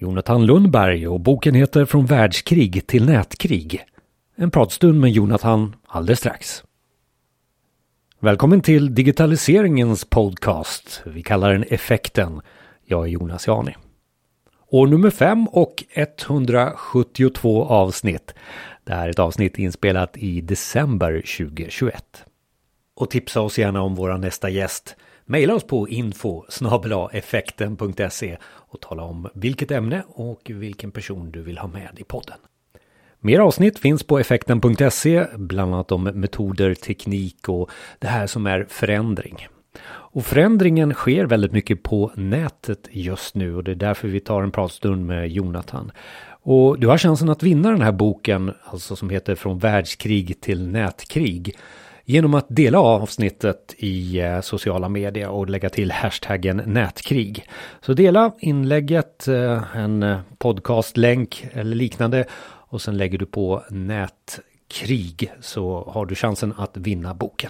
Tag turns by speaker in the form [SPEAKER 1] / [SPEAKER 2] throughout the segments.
[SPEAKER 1] Jonathan Lundberg och boken heter Från världskrig till nätkrig. En pratstund med Jonathan alldeles strax. Välkommen till digitaliseringens podcast. Vi kallar den Effekten. Jag är Jonas Jani. År nummer 5 och 172 avsnitt. Det här är ett avsnitt inspelat i december 2021. Och tipsa oss gärna om våra nästa gäst. Maila oss på info@effekten.se och tala om vilket ämne och vilken person du vill ha med i podden. Mer avsnitt finns på effekten.se, bland annat om metoder, teknik och det här som är förändring. Och förändringen sker väldigt mycket på nätet just nu och det är därför vi tar en pratstund med Jonathan. Och du har chansen att vinna den här boken, alltså som heter Från världskrig till nätkrig, genom att dela avsnittet i sociala medier och lägga till hashtaggen nätkrig. Så dela inlägget, en podcastlänk eller liknande och sen lägger du på nätkrig så har du chansen att vinna boken.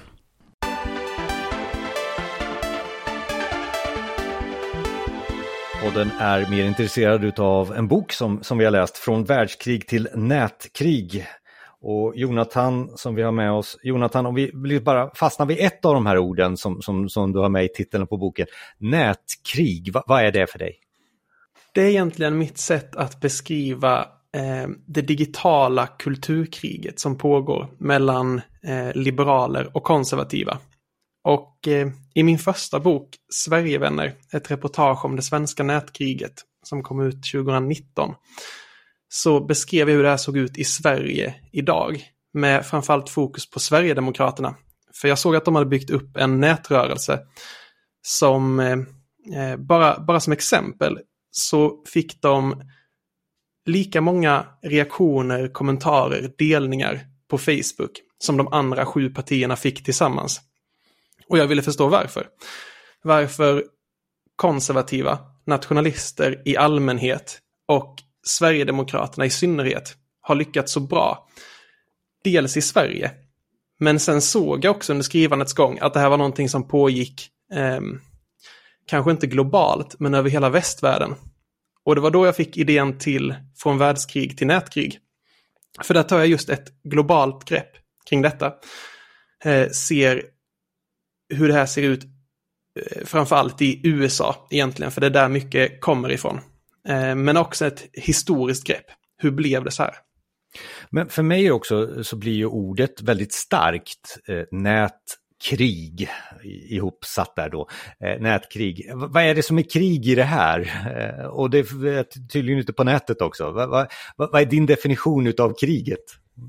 [SPEAKER 1] Och den är mer intresserad av en bok som vi har läst, Från världskrig till nätkrig. Och Jonathan som vi har med oss, Jonathan, om vi vill bara fastna vid ett av de här orden som du har med i titeln på boken, nätkrig, vad är det för dig?
[SPEAKER 2] Det är egentligen mitt sätt att beskriva det digitala kulturkriget som pågår mellan liberaler och konservativa. Och i min första bok, Sverigevänner, ett reportage om det svenska nätkriget som kom ut 2019, så beskrev jag hur det här såg ut i Sverige idag med framförallt fokus på Sverigedemokraterna. För jag såg att de hade byggt upp en nätrörelse som, bara som exempel, så fick de lika många reaktioner, kommentarer, delningar på Facebook som de andra 7 partierna fick tillsammans. Och jag ville förstå varför. Varför konservativa, nationalister i allmänhet och Sverigedemokraterna i synnerhet har lyckats så bra. Dels i Sverige. Men sen såg jag också under skrivandets gång att det här var någonting som pågick kanske inte globalt men över hela västvärlden. Och det var då jag fick idén till Från världskrig till nätkrig. För där tar jag just ett globalt grepp kring detta. Ser hur det här ser ut framförallt i USA egentligen. För det är där mycket kommer ifrån. Men också ett historiskt grepp. Hur blev det så här?
[SPEAKER 1] Men för mig också så blir ju ordet väldigt starkt. Nätkrig ihopsatt där då. Nätkrig. Vad är det som är krig i det här? Och det är tydligen inte på nätet också. Vad är din definition utav kriget?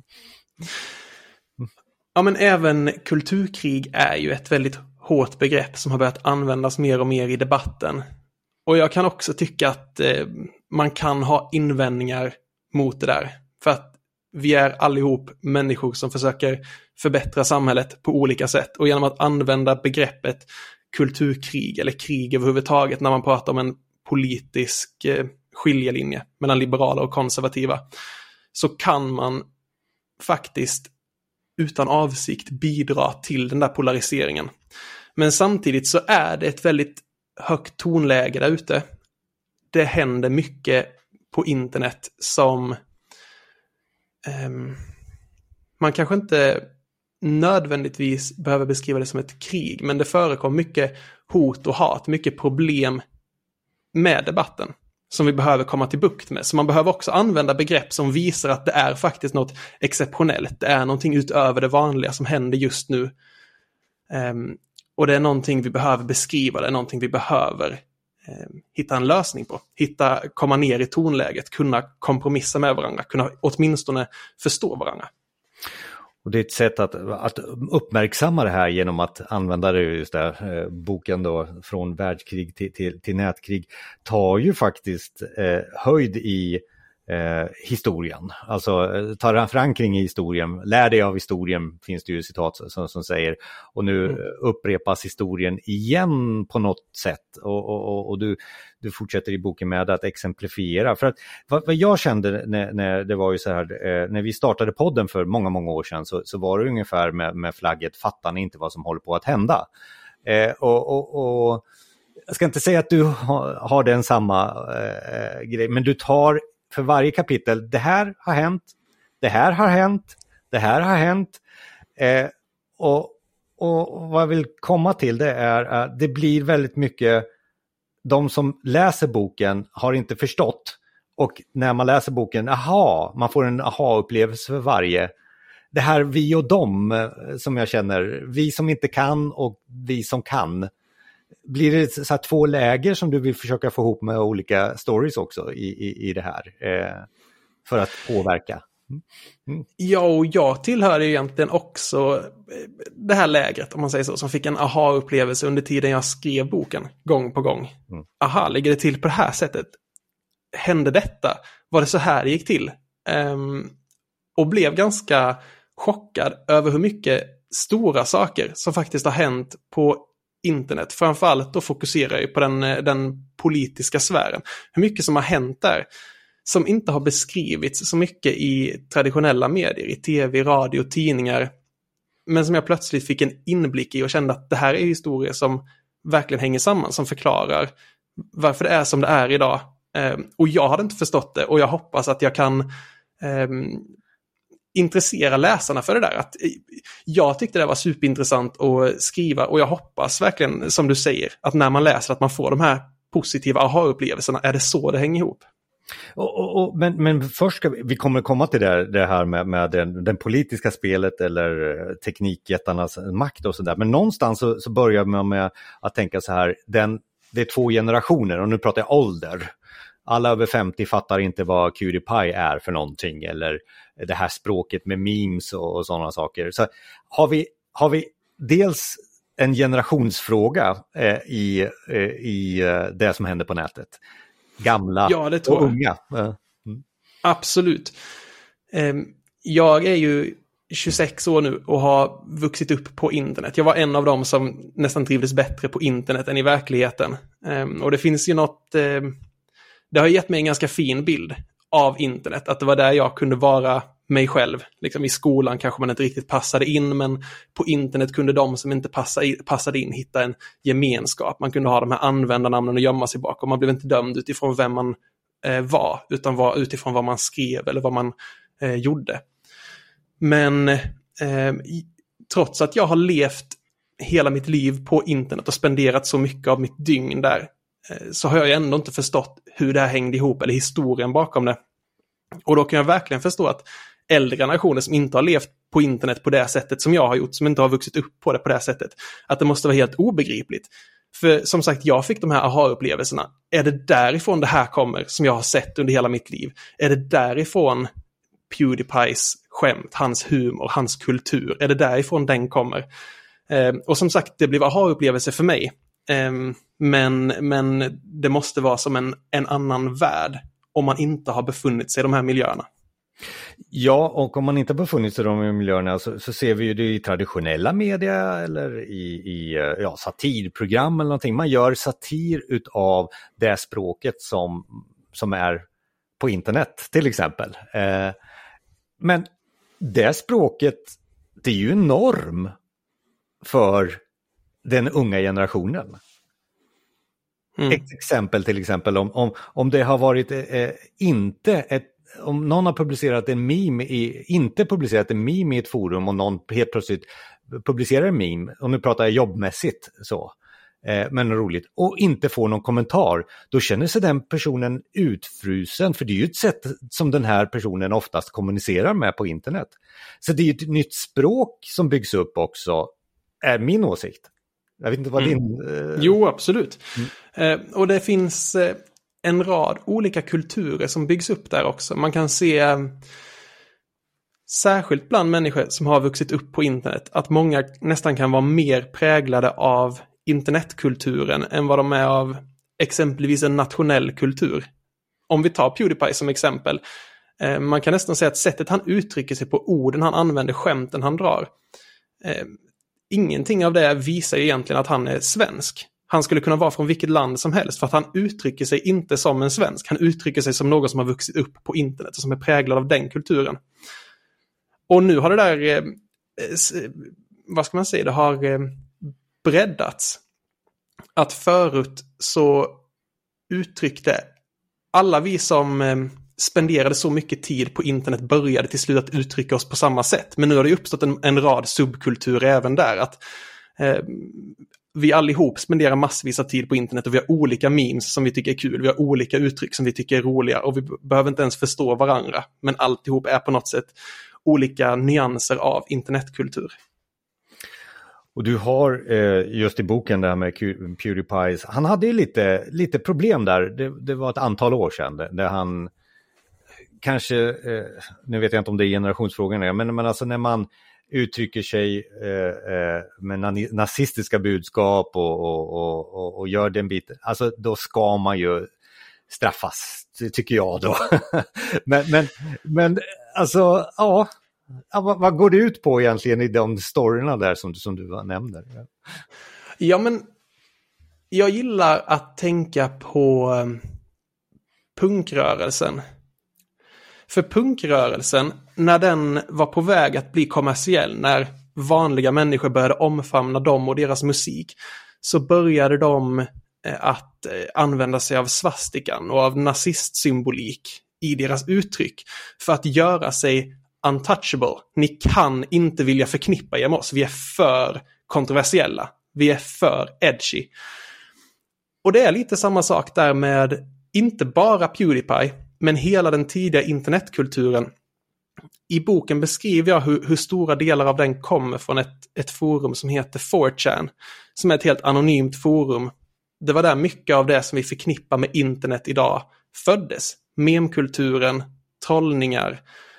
[SPEAKER 2] Ja, men även kulturkrig är ju ett väldigt hårt begrepp som har börjat användas mer och mer i debatten. Och jag kan också tycka att man kan ha invändningar mot det där. För att vi är allihop människor som försöker förbättra samhället på olika sätt. Och genom att använda begreppet kulturkrig eller krig överhuvudtaget när man pratar om en politisk skiljelinje mellan liberala och konservativa, så kan man faktiskt utan avsikt bidra till den där polariseringen. Men samtidigt så är det ett väldigt högt tonläge där ute. Det händer mycket på internet som man kanske inte nödvändigtvis behöver beskriva det som ett krig, men det förekommer mycket hot och hat, mycket problem med debatten som vi behöver komma till bukt med. Så man behöver också använda begrepp som visar att det är faktiskt något exceptionellt. Det är någonting utöver det vanliga som händer just nu. Och det är någonting vi behöver beskriva, det är någonting vi behöver hitta en lösning på. Komma ner i tonläget, kunna kompromissa med varandra, kunna åtminstone förstå varandra.
[SPEAKER 1] Och det är ett sätt att uppmärksamma det här genom att använda det, just där, boken då, Från världskrig till nätkrig, tar ju faktiskt höjd i historien. Alltså tar förankring i historien, lär dig av historien, finns det ju citat som säger, och nu upprepas historien igen på något sätt, och du fortsätter i boken med att exemplifiera. För att vad jag kände när det var ju så här, när vi startade podden för många år sedan, så var det ungefär med flagget, fattar ni inte vad som håller på att hända? jag ska inte säga att du har den samma grej, men du tar för varje kapitel, det här har hänt, det här har hänt, det här har hänt. Och vad jag vill komma till det är att det blir väldigt mycket, de som läser boken har inte förstått. Och när man läser boken, man får en aha-upplevelse för varje. Det här vi och dem som jag känner, vi som inte kan och vi som kan. Blir det så här 2 läger som du vill försöka få ihop med olika stories också i det här för att påverka?
[SPEAKER 2] Ja, och jag tillhör ju egentligen också det här lägret, om man säger så, som fick en aha-upplevelse under tiden jag skrev boken, gång på gång. Aha, ligger det till på det här sättet? Hände detta? Var det så här det gick till? Och blev ganska chockad över hur mycket stora saker som faktiskt har hänt på internet. Framförallt då fokuserar jag på den politiska sfären. Hur mycket som har hänt där som inte har beskrivits så mycket i traditionella medier, i tv, radio, tidningar, men som jag plötsligt fick en inblick i och kände att det här är historier som verkligen hänger samman, som förklarar varför det är som det är idag. Och jag hade inte förstått det, och jag hoppas att jag kan intressera läsarna för det där. Att jag tyckte det var superintressant att skriva, och jag hoppas verkligen, som du säger, att när man läser att man får de här positiva aha-upplevelserna. Är det så det hänger ihop?
[SPEAKER 1] Men först ska vi kommer komma till det här med den politiska spelet eller teknikjättarnas makt och sådär. Men någonstans så börjar man med att tänka så här, det är 2 generationer, och nu pratar jag ålder. Alla över 50 fattar inte vad PewDiePie är för någonting, eller det här språket med memes och sådana saker. Så har vi dels en generationsfråga i det som händer på nätet. Gamla och unga.
[SPEAKER 2] Absolut. Jag är ju 26 år nu och har vuxit upp på internet. Jag var en av dem som nästan trivdes bättre på internet än i verkligheten. Och det finns ju något... Det har gett mig en ganska fin bild av internet. Att det var där jag kunde vara mig själv. Liksom i skolan kanske man inte riktigt passade in, men på internet kunde de som inte passade in hitta en gemenskap. Man kunde ha de här användarnamnen och gömma sig bakom. Man blev inte dömd utifrån vem man var, utan var utifrån vad man skrev eller vad man gjorde. Men trots att jag har levt hela mitt liv på internet och spenderat så mycket av mitt dygn där, så har jag ändå inte förstått hur det här hängde ihop eller historien bakom det. Och då kan jag verkligen förstå att äldre generationer som inte har levt på internet på det sättet som jag har gjort, som inte har vuxit upp på det sättet, att det måste vara helt obegripligt. För som sagt, jag fick de här aha-upplevelserna. Är det därifrån det här kommer som jag har sett under hela mitt liv? Är det därifrån PewDiePies skämt, hans humor, hans kultur? Är det därifrån den kommer? Och som sagt, det blev aha-upplevelser för mig. Men det måste vara som en annan värld om man inte har befunnit sig i de här miljöerna.
[SPEAKER 1] Ja, och om man inte har befunnit sig i de här miljöerna så ser vi ju det i traditionella media eller i satirprogram eller någonting. Man gör satir utav det språket som är på internet till exempel. Men det språket, det är ju en norm för den unga generationen. Ett exempel till exempel om det har varit om någon har publicerat en meme inte publicerat en meme i ett forum och någon helt plötsligt publicerar en meme, och nu pratar jag jobbmässigt så, men roligt, och inte får någon kommentar, då känner sig den personen utfrusen, för det är ju ett sätt som den här personen oftast kommunicerar med på internet. Så det är ju ett nytt språk som byggs upp också, är min åsikt. Jag vet inte vad din...
[SPEAKER 2] Jo, absolut. Och det finns en rad olika kulturer som byggs upp där också. Man kan se, särskilt bland människor som har vuxit upp på internet, att många nästan kan vara mer präglade av internetkulturen än vad de är av exempelvis en nationell kultur. Om vi tar PewDiePie som exempel, man kan nästan säga att sättet han uttrycker sig på, orden han använder, skämten han drar, ingenting av det visar egentligen att han är svensk. Han skulle kunna vara från vilket land som helst, för att han uttrycker sig inte som en svensk. Han uttrycker sig som någon som har vuxit upp på internet och som är präglad av den kulturen. Och nu har det där, vad ska man säga, det har breddats. att förut så uttryckte alla vi som spenderade så mycket tid på internet började till slut att uttrycka oss på samma sätt. Men nu har det uppstått en rad subkulturer även där. Att vi allihop spenderar massvis av tid på internet och vi har olika memes som vi tycker är kul. Vi har olika uttryck som vi tycker är roliga och vi behöver inte ens förstå varandra. Men alltihop är på något sätt olika nyanser av internetkultur.
[SPEAKER 1] Och du har just i boken det här med PewDiePie, han hade ju lite problem där. Det var ett antal år sedan där han kanske, nu vet jag inte om det är generationsfrågan, men alltså när man uttrycker sig med nazistiska budskap och gör den biten, alltså då ska man ju straffas, tycker jag då. men alltså, ja, vad går det ut på egentligen i de storyna där som du nämner?
[SPEAKER 2] Ja, men jag gillar att tänka på punkrörelsen. För punkrörelsen, när den var på väg att bli kommersiell, när vanliga människor började omfamna dem och deras musik, så började de att använda sig av svastikan och av nazistsymbolik i deras uttryck för att göra sig untouchable. Ni kan inte vilja förknippa er med oss. Vi är för kontroversiella. Vi är för edgy. Och det är lite samma sak där med inte bara PewDiePie, men hela den tidiga internetkulturen. I boken beskriver jag hur stora delar av den kommer från ett forum som heter 4chan, som är ett helt anonymt forum. Det var där mycket av det som vi förknippar med internet idag föddes. Memkulturen, trollningar,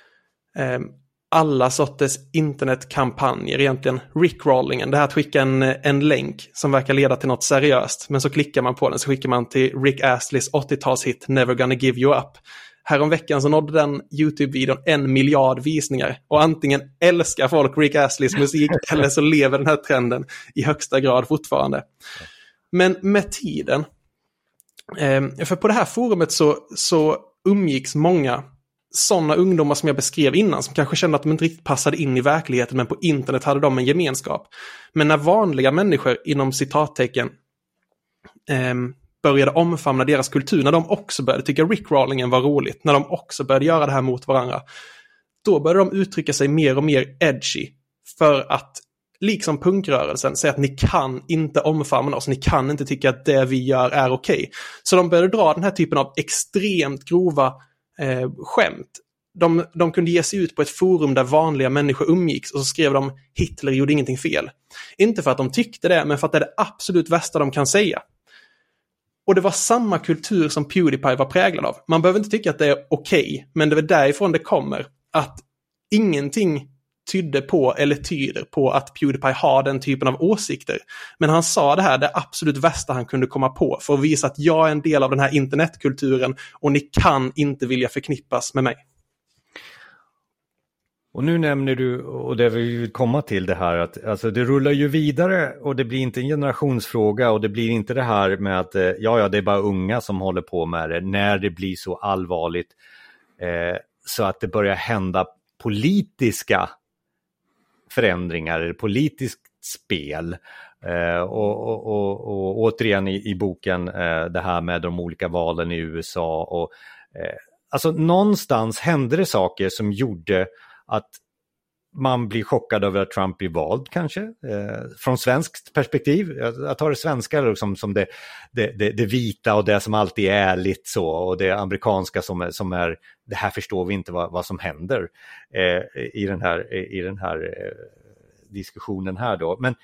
[SPEAKER 2] alla sorters internetkampanjer, egentligen rickrollingen, det här att skicka en länk som verkar leda till något seriöst, men så klickar man på den så skickar man till Rick Astley's 80-talshit Never Gonna Give You Up. Häromveckan så nådde den YouTube-videon 1 miljard visningar och antingen älskar folk Rick Astleys musik eller så lever den här trenden i högsta grad fortfarande. Men med tiden, för på det här forumet så umgicks många sådana ungdomar som jag beskrev innan, som kanske kände att de inte riktigt passade in i verkligheten, men på internet hade de en gemenskap. Men när vanliga människor inom citattecken började omfamna deras kultur, när de också började tycka rickrollingen var roligt, när de också började göra det här mot varandra, då började de uttrycka sig mer och mer edgy för att, liksom punkrörelsen, säga att ni kan inte omfamna oss, ni kan inte tycka att det vi gör är okej. Så de började dra den här typen av extremt grova skämt. De kunde ge sig ut på ett forum där vanliga människor umgicks och så skrev de Hitler gjorde ingenting fel. Inte för att de tyckte det, men för att det är det absolut värsta de kan säga. Och det var samma kultur som PewDiePie var präglad av. Man behöver inte tycka att det är okej, men det är därifrån det kommer. Att ingenting tydde på eller tyder på att PewDiePie har den typen av åsikter. Men han sa det här, det absolut värsta han kunde komma på, för att visa att jag är en del av den här internetkulturen och ni kan inte vilja förknippas med mig.
[SPEAKER 1] Och nu nämner du, och det vi vill komma till det här, att alltså, det rullar ju vidare och det blir inte en generationsfråga och det blir inte det här med att ja, det är bara unga som håller på med det, när det blir så allvarligt så att det börjar hända politiska förändringar eller politiskt spel. Och återigen i boken det här med de olika valen i USA och alltså någonstans hände det saker som gjorde att man blir chockad över att Trump är vald kanske. Från svenskt perspektiv, jag tar det svenska liksom, som det vita och det som alltid är ärligt så, och det amerikanska som är det här förstår vi inte vad som händer i den här diskussionen här då. Men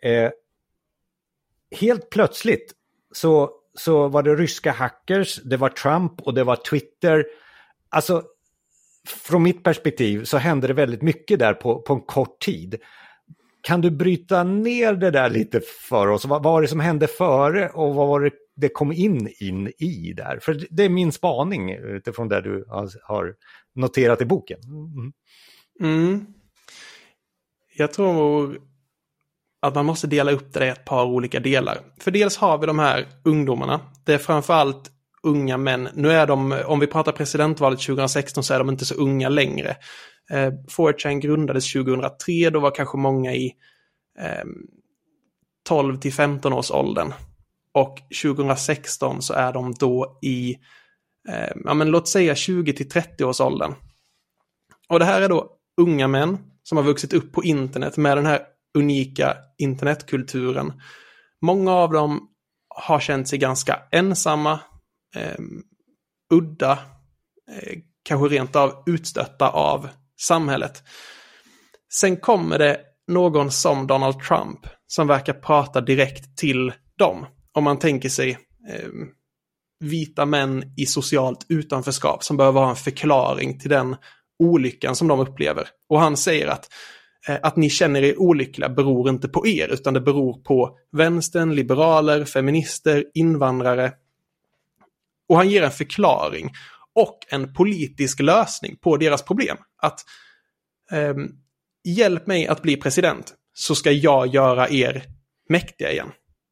[SPEAKER 1] helt plötsligt så var det ryska hackers, det var Trump och det var Twitter. Alltså från mitt perspektiv så hände det väldigt mycket där på en kort tid. Kan du bryta ner det där lite för oss? Vad var det som hände före och vad var det kom in i där? För det är min spaning utifrån det du har noterat i boken.
[SPEAKER 2] Jag tror att man måste dela upp det i ett par olika delar. För dels har vi de här ungdomarna. Det är framförallt unga män. Nu är de, om vi pratar presidentvalet 2016 så är de inte så unga längre. 4chan grundades 2003, då var kanske många i 12 till 15 års åldern. och 2016 så är de då i låt säga 20-30 års åldern. Och det här är då unga män som har vuxit upp på internet med den här unika internetkulturen. Många av dem har känt sig ganska ensamma, udda, kanske rent av utstötta av samhället. Sen kommer det någon som Donald Trump som verkar prata direkt till dem. Om man tänker sig vita män i socialt utanförskap som behöver ha en förklaring till den olyckan som de upplever. Och han säger att ni känner er olyckliga beror inte på er, utan det beror på vänstern, liberaler, feminister, invandrare. Och han ger en förklaring och en politisk lösning på deras problem. Att hjälp mig att bli president så ska jag göra er mäktiga igen.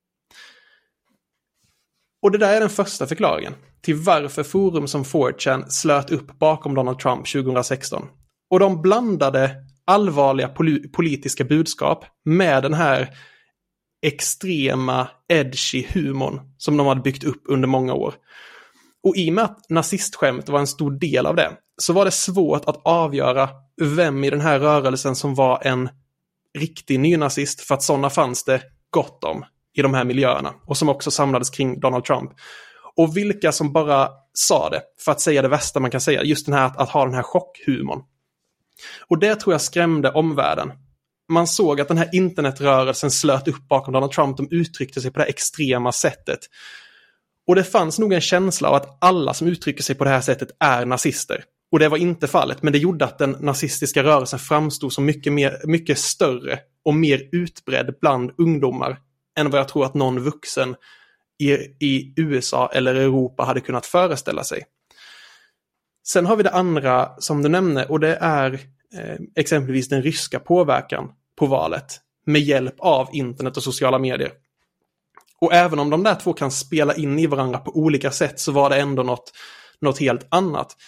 [SPEAKER 2] Och det där är den första förklaringen till varför forum som 4chan slöt upp bakom Donald Trump 2016. Och de blandade allvarliga politiska budskap med den här extrema, edgy humorn som de hade byggt upp under många år. Och i och med att nazistskämt var en stor del av det så var det svårt att avgöra vem i den här rörelsen som var en riktig nynazist, för att sådana fanns det gott om i de här miljöerna och som också samlades kring Donald Trump. Och vilka som bara sa det för att säga det värsta man kan säga, just den här att ha den här chockhumorn. Och det tror jag skrämde omvärlden. Man såg att den här internetrörelsen slöt upp bakom Donald Trump, de uttryckte sig på det här extrema sättet. Och det fanns nog en känsla av att alla som uttrycker sig på det här sättet är nazister. Och det var inte fallet, men det gjorde att den nazistiska rörelsen framstod som mycket större och mer utbredd bland ungdomar än vad jag tror att någon vuxen i USA eller Europa hade kunnat föreställa sig. Sen har vi det andra som du nämnde, och det är exempelvis den ryska påverkan på valet med hjälp av internet och sociala medier. Och även om de där två kan spela in i varandra på olika sätt så var det ändå något helt annat.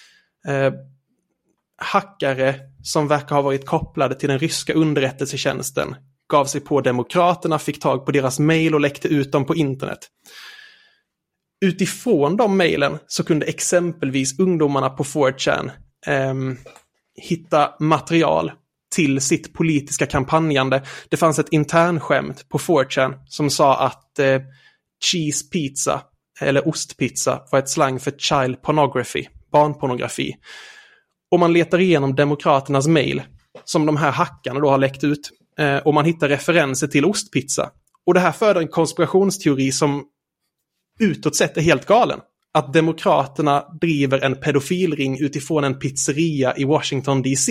[SPEAKER 2] Hackare som verkar ha varit kopplade till den ryska underrättelsetjänsten gav sig på demokraterna, fick tag på deras mejl och läckte ut dem på internet. Utifrån de mejlen så kunde exempelvis ungdomarna på 4chan hitta material till sitt politiska kampanjande. Det fanns ett internskämt på 4chan som sa att cheese pizza eller ostpizza var ett slang för child pornography, barnpornografi. Och man letar igenom demokraternas mejl som de här hackarna då har läckt ut och man hittar referenser till ostpizza. Och det här föder en konspirationsteori som utåt sett är helt galen. Att demokraterna driver en pedofilring utifrån en pizzeria i Washington DC.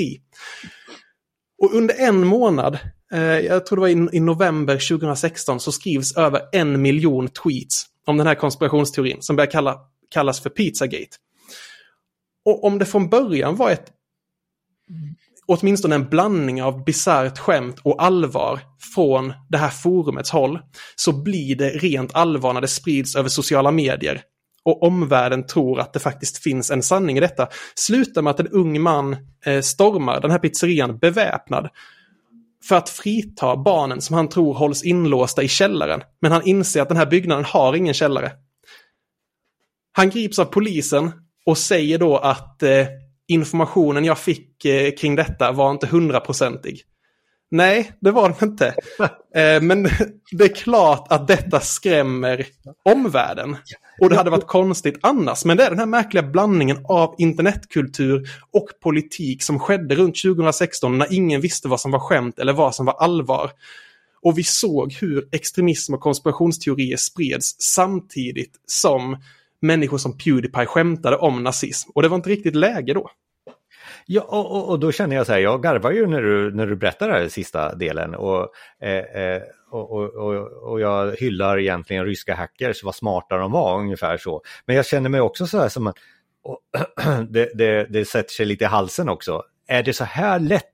[SPEAKER 2] Och under en månad, jag tror det var i november 2016, så skrivs över 1 miljon tweets om den här konspirationsteorin som börjar kallas för Pizzagate. Och om det från början var åtminstone en blandning av bizarrt skämt och allvar från det här forumets håll, så blir det rent allvar när det sprids över sociala medier och omvärlden tror att det faktiskt finns en sanning i detta. Slutar med att en ung man stormar den här pizzerian beväpnad för att frita barnen som han tror hålls inlåsta i källaren, men han inser att den här byggnaden har ingen källare. Han grips av polisen och säger då att informationen jag fick kring detta var inte 100%. Nej, det var det inte. Men det är klart att detta skrämmer omvärlden. Och det hade varit konstigt annars. Men det är den här märkliga blandningen av internetkultur och politik som skedde runt 2016 när ingen visste vad som var skämt eller vad som var allvar. Och vi såg hur extremism och konspirationsteorier spreds samtidigt som människor som PewDiePie skämtade om nazism. Och det var inte riktigt läge då.
[SPEAKER 1] Ja, och då känner jag så här, jag garvar ju när du berättar den här sista delen och jag hyllar egentligen ryska hackers, vad smarta de var, ungefär så. Men jag känner mig också så här som att det sätter sig lite i halsen också. Är det så här lätt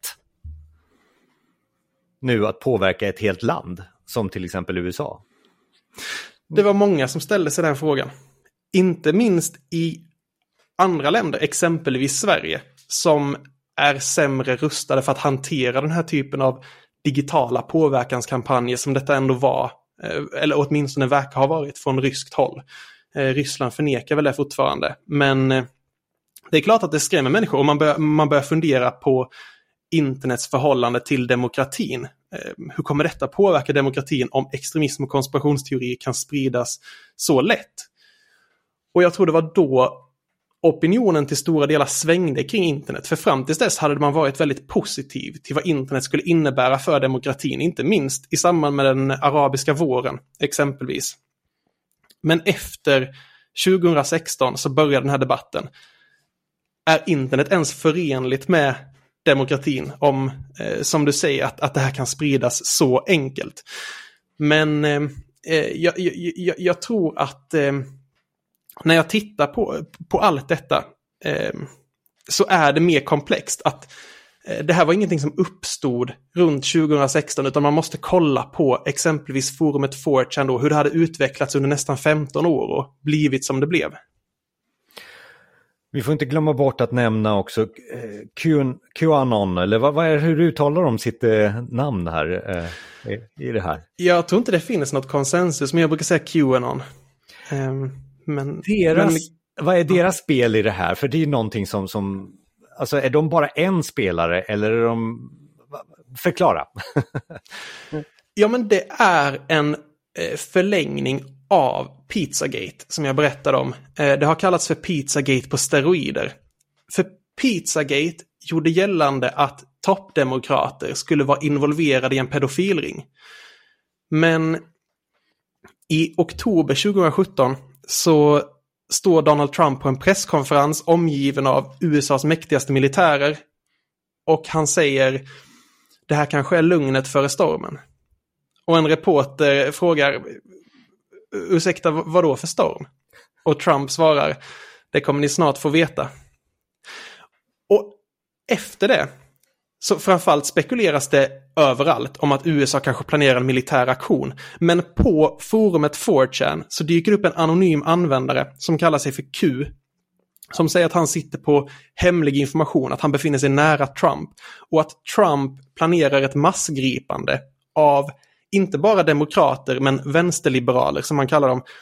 [SPEAKER 1] nu att påverka ett helt land, som till exempel USA?
[SPEAKER 2] Det var många som ställde sig den frågan. Inte minst i andra länder, exempelvis Sverige, som är sämre rustade för att hantera den här typen av digitala påverkanskampanjer som detta ändå var eller åtminstone verkar ha varit från ryskt håll. Ryssland förnekar väl det fortfarande, men det är klart att det skrämmer människor, och man börjar fundera på internets förhållande till demokratin. Hur kommer detta påverka demokratin om extremism och konspirationsteorier kan spridas så lätt? Och jag tror det var då opinionen till stora delar svängde kring internet. För fram tills dess hade man varit väldigt positiv till vad internet skulle innebära för demokratin. Inte minst i samband med den arabiska våren exempelvis. Men efter 2016 så började den här debatten. Är internet ens förenligt med demokratin om, som du säger, att det här kan spridas så enkelt? Men jag tror att när jag tittar på allt detta så är det mer komplext. Att det här var ingenting som uppstod runt 2016, utan man måste kolla på exempelvis forumet 4chan då, hur det hade utvecklats under nästan 15 år och blivit som det blev.
[SPEAKER 1] Vi får inte glömma bort att nämna också QAnon, eller vad är, hur uttalar de sitt namn här i det här? Jag
[SPEAKER 2] tror inte det finns något konsensus, men jag brukar säga QAnon.
[SPEAKER 1] Vad är deras spel i det här? För det är ju någonting som alltså är de bara en spelare eller är de... Förklara.
[SPEAKER 2] Ja, men det är en förlängning av Pizzagate som jag berättade om. Det har kallats för Pizzagate på steroider. För Pizzagate gjorde gällande att toppdemokrater skulle vara involverade i en pedofilring. Men i oktober 2017 så står Donald Trump på en presskonferens omgiven av USAs mäktigaste militärer, och han säger: det här kanske är lugnet före stormen. Och en reporter frågar: ursäkta, vad då för storm? Och Trump svarar: det kommer ni snart få veta. Och efter det så framförallt spekuleras det överallt om att USA kanske planerar en militär aktion. Men på forumet 4chan så dyker upp en anonym användare som kallar sig för Q, som säger att han sitter på hemlig information, att han befinner sig nära Trump och att Trump planerar ett massgripande av inte bara demokrater men vänsterliberaler som man kallar dem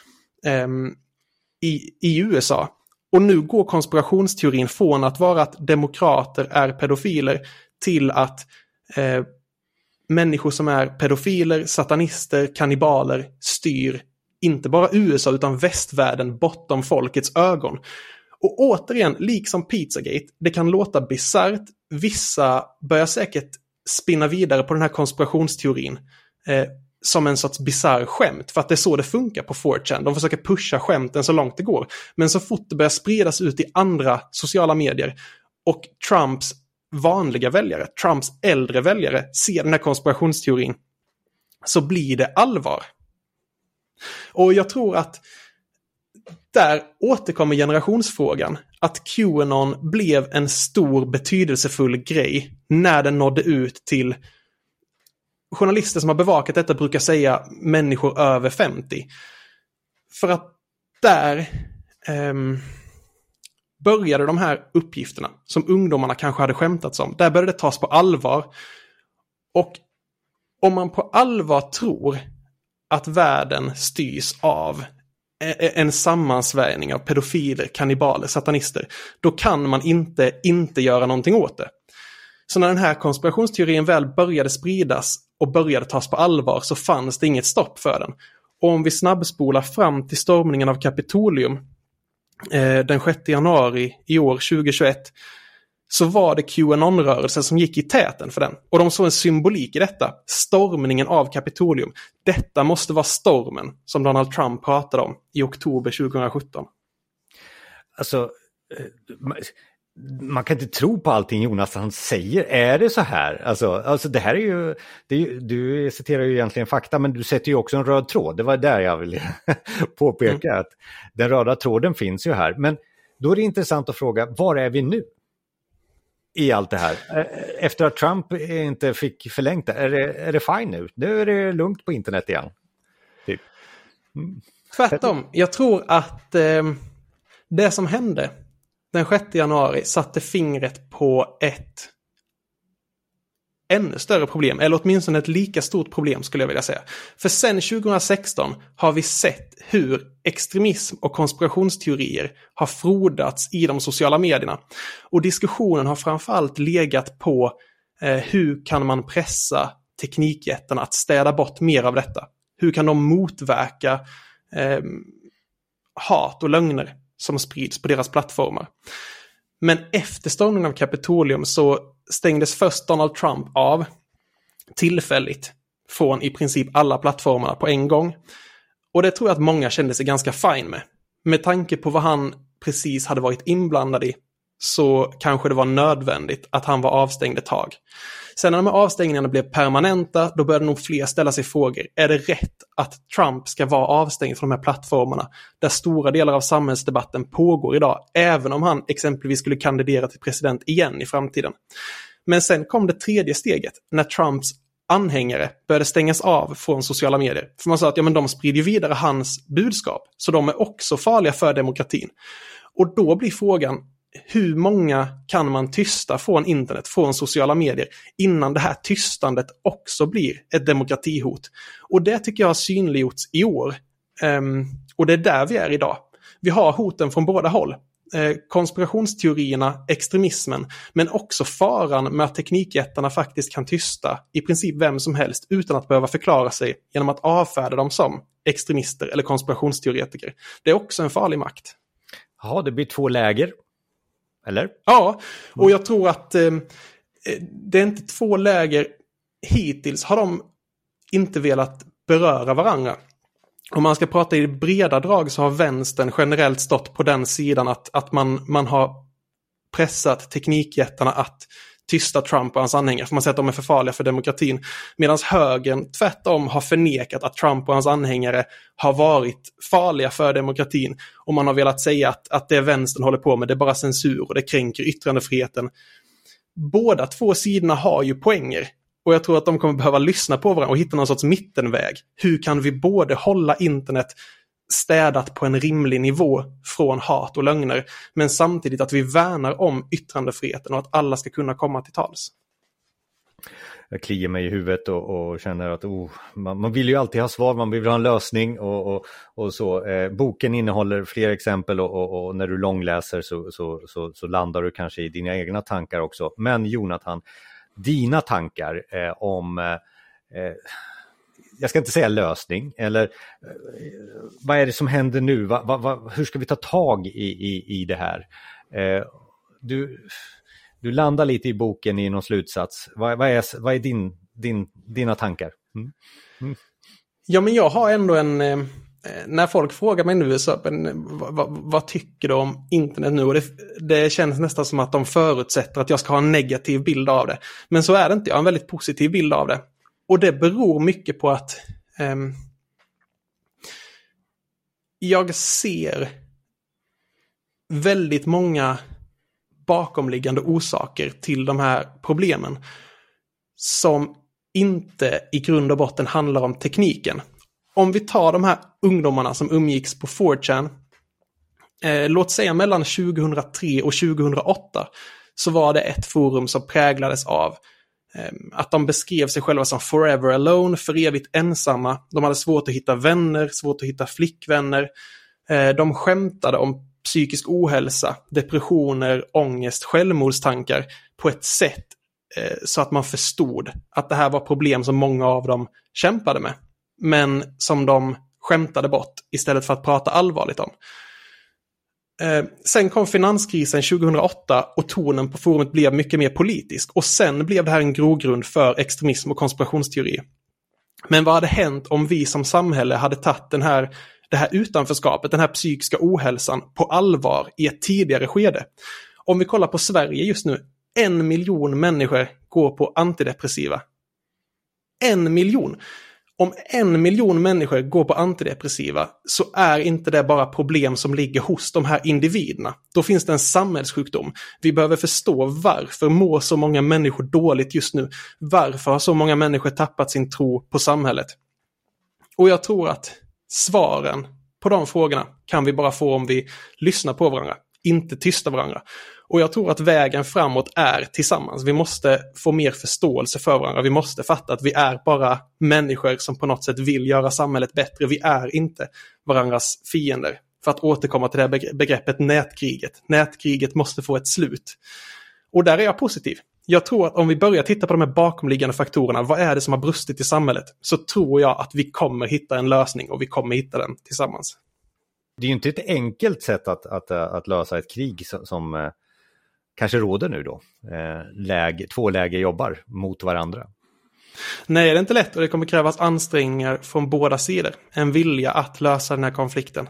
[SPEAKER 2] i USA. Och nu går konspirationsteorin från att vara att demokrater är pedofiler till att människor som är pedofiler, satanister, kannibaler styr inte bara USA utan västvärlden bortom folkets ögon. Och återigen, liksom Pizzagate, det kan låta bizarrt. Vissa börjar säkert spinna vidare på den här konspirationsteorin som en sorts bizarr skämt, för att det är så det funkar på 4chan. De försöker pusha skämten så långt det går. Men så fort det börjar spridas ut i andra sociala medier och Trumps vanliga väljare, Trumps äldre väljare ser den här konspirationsteorin, så blir det allvar. Och jag tror att där återkommer generationsfrågan, att QAnon blev en stor betydelsefull grej när den nådde ut till journalister som har bevakat detta, brukar säga människor över 50. För att där började de här uppgifterna som ungdomarna kanske hade skämtats om, där började det tas på allvar. Och om man på allvar tror att världen styrs av en sammansvärjning av pedofiler, kannibaler, satanister, då kan man inte göra någonting åt det. Så när den här konspirationsteorin väl började spridas och började tas på allvar, så fanns det inget stopp för den. Och om vi snabbspolar fram till stormningen av Kapitolium den 6 januari i år 2021, så var det QAnon-rörelsen som gick i täten för den. Och de såg en symbolik i detta. Stormningen av Kapitolium. Detta måste vara stormen som Donald Trump pratade om i oktober 2017.
[SPEAKER 1] Alltså, man kan inte tro på allting Jonas han säger. Är det så här? Alltså det här är ju, du citerar ju egentligen fakta, men du sätter ju också en röd tråd. Det var där jag ville påpeka att den röda tråden finns ju här. Men då är det intressant att fråga, var är vi nu i allt det här? Efter att Trump inte fick förlängt det, är det fine nu? Nu är det lugnt på internet igen. Typ.
[SPEAKER 2] Tvärtom. Jag tror att det som hände den 6 januari satte fingret på ännu större problem, eller åtminstone ett lika stort problem skulle jag vilja säga. För sen 2016 har vi sett hur extremism och konspirationsteorier har frodats i de sociala medierna. Och diskussionen har framförallt legat på hur kan man pressa teknikjättarna att städa bort mer av detta? Hur kan de motverka hat och lögner som sprids på deras plattformar? Men efter stormningen av Kapitolium så stängdes först Donald Trump av tillfälligt från i princip alla plattformarna på en gång. Och det tror jag att många kände sig ganska fine med. Med tanke på vad han precis hade varit inblandad i så kanske det var nödvändigt att han var avstängd ett tag. Sen när de här avstängningarna blev permanenta, då började nog fler ställa sig frågor. Är det rätt att Trump ska vara avstängd från de här plattformarna där stora delar av samhällsdebatten pågår idag, även om han exempelvis skulle kandidera till president igen i framtiden? Men sen kom det tredje steget, när Trumps anhängare började stängas av från sociala medier. För man sa att men de sprider vidare hans budskap, så de är också farliga för demokratin. Och då blir frågan, hur många kan man tysta från internet, från sociala medier, innan det här tystandet också blir ett demokratihot? Och det tycker jag har synliggjorts i år. Och det är där vi är idag. Vi har hoten från båda håll. Konspirationsteorierna, extremismen, men också faran med att teknikjättarna faktiskt kan tysta i princip vem som helst utan att behöva förklara sig genom att avfärda dem som extremister eller konspirationsteoretiker. Det är också en farlig makt.
[SPEAKER 1] Ja, det blir två läger. Eller?
[SPEAKER 2] Ja, och jag tror att det är inte två läger. Hittills har de inte velat beröra varandra. Om man ska prata i breda drag så har vänstern generellt stått på den sidan att man har pressat teknikjättarna att tysta Trump och hans anhängare, för man säger att de är för farliga för demokratin. Medan högern tvärtom har förnekat att Trump och hans anhängare har varit farliga för demokratin. Och man har velat säga att det vänstern håller på med, det är bara censur och det kränker yttrandefriheten. Båda två sidorna har ju poänger. Och jag tror att de kommer behöva lyssna på varandra och hitta någon sorts mittenväg. Hur kan vi både hålla internet städat på en rimlig nivå från hat och lögner, men samtidigt att vi värnar om yttrandefriheten och att alla ska kunna komma till tals?
[SPEAKER 1] Jag kliar mig i huvudet och känner att man vill ju alltid ha svar, man vill ha en lösning och så. Boken innehåller fler exempel och när du långläser så landar du kanske i dina egna tankar också. Men Jonathan, dina tankar om... jag ska inte säga lösning, eller vad är det som händer nu? Hur ska vi ta tag i det här? Du landar lite i boken i någon slutsats. Vad är dina tankar?
[SPEAKER 2] Ja, men jag har ändå när folk frågar mig nu så, vad tycker du om internet nu? Och det känns nästan som att de förutsätter att jag ska ha en negativ bild av det. Men så är det inte, jag har en väldigt positiv bild av det. Och det beror mycket på att jag ser väldigt många bakomliggande orsaker till de här problemen som inte i grund och botten handlar om tekniken. Om vi tar de här ungdomarna som umgicks på 4chan, låt säga mellan 2003 och 2008, så var det ett forum som präglades av att de beskrev sig själva som forever alone, för evigt ensamma. De hade svårt att hitta vänner, svårt att hitta flickvänner. De skämtade om psykisk ohälsa, depressioner, ångest, självmordstankar på ett sätt så att man förstod att det här var problem som många av dem kämpade med, men som de skämtade bort istället för att prata allvarligt om. Sen kom finanskrisen 2008 och tonen på forumet blev mycket mer politisk, och sen blev det här en grogrund för extremism och konspirationsteori. Men vad hade hänt om vi som samhälle hade tagit det här utanförskapet, den här psykiska ohälsan på allvar i ett tidigare skede? Om vi kollar på Sverige just nu, 1 miljon människor går på antidepressiva. 1 miljon! Om 1 miljon människor går på antidepressiva så är inte det bara problem som ligger hos de här individerna. Då finns det en samhällssjukdom. Vi behöver förstå varför mår så många människor dåligt just nu. Varför har så många människor tappat sin tro på samhället? Och jag tror att svaren på de frågorna kan vi bara få om vi lyssnar på varandra. inte tysta varandra. Och jag tror att vägen framåt är tillsammans. Vi måste få mer förståelse för varandra. Vi måste fatta att vi är bara människor som på något sätt vill göra samhället bättre. Vi är inte varandras fiender. För att återkomma till det här begreppet nätkriget. Nätkriget måste få ett slut. Och där är jag positiv. Jag tror att om vi börjar titta på de här bakomliggande faktorerna, vad är det som har brustit i samhället? Så tror jag att vi kommer hitta en lösning och vi kommer hitta den tillsammans.
[SPEAKER 1] Det är ju inte ett enkelt sätt att lösa ett krig som kanske råder nu då. Två läger jobbar mot varandra.
[SPEAKER 2] Nej, det är inte lätt och det kommer krävas ansträngningar från båda sidor. En vilja att lösa den här konflikten.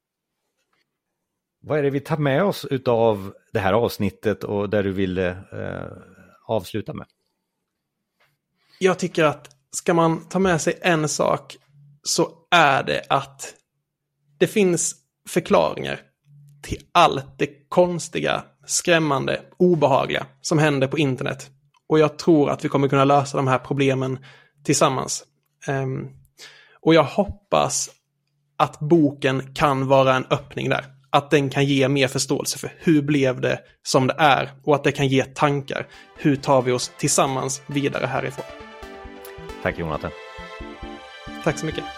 [SPEAKER 1] Vad är det vi tar med oss av det här avsnittet och där du vill avsluta med?
[SPEAKER 2] Jag tycker att ska man ta med sig en sak så är det att det finns förklaringar till allt det konstiga, skrämmande, obehagliga som händer på internet. Och jag tror att vi kommer kunna lösa de här problemen tillsammans. Och jag hoppas att boken kan vara en öppning där. Att den kan ge mer förståelse för hur blev det som det är. Och att det kan ge tankar. Hur tar vi oss tillsammans vidare härifrån?
[SPEAKER 1] Tack Jonathan.
[SPEAKER 2] Tack så mycket.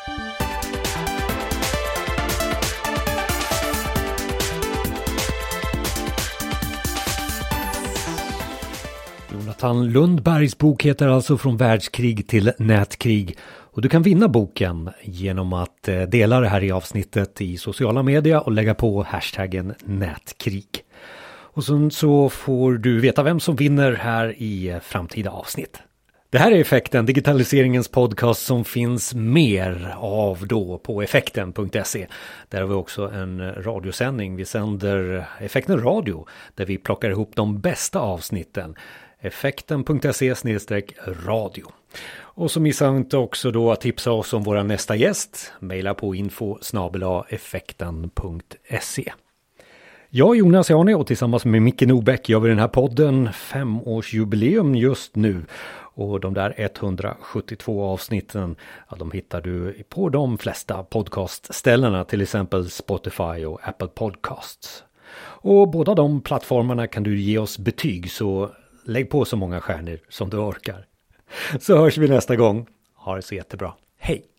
[SPEAKER 1] Jonathan Lundbergs bok heter alltså Från världskrig till nätkrig. Och du kan vinna boken genom att dela det här i avsnittet i sociala medier och lägga på hashtaggen nätkrig. Och sen så får du veta vem som vinner här i framtida avsnitt. Det här är Effekten, digitaliseringens podcast som finns mer av då på effekten.se. Där har vi också en radiosändning. Vi sänder Effekten Radio där vi plockar ihop de bästa avsnitten. Effekten.se/radio. Och så missa inte också då att tipsa oss om våra nästa gäst. Maila på info@effekten.se. Jag är Jonas Jani och tillsammans med Micke Nobäck gör vi den här podden 5-årsjubileum just nu. Och de där 172 avsnitten, ja, de hittar du på de flesta podcastställena, till exempel Spotify och Apple Podcasts. Och båda de plattformarna kan du ge oss betyg, så lägg på så många stjärnor som du orkar. Så hörs vi nästa gång. Ha det så jättebra. Hej!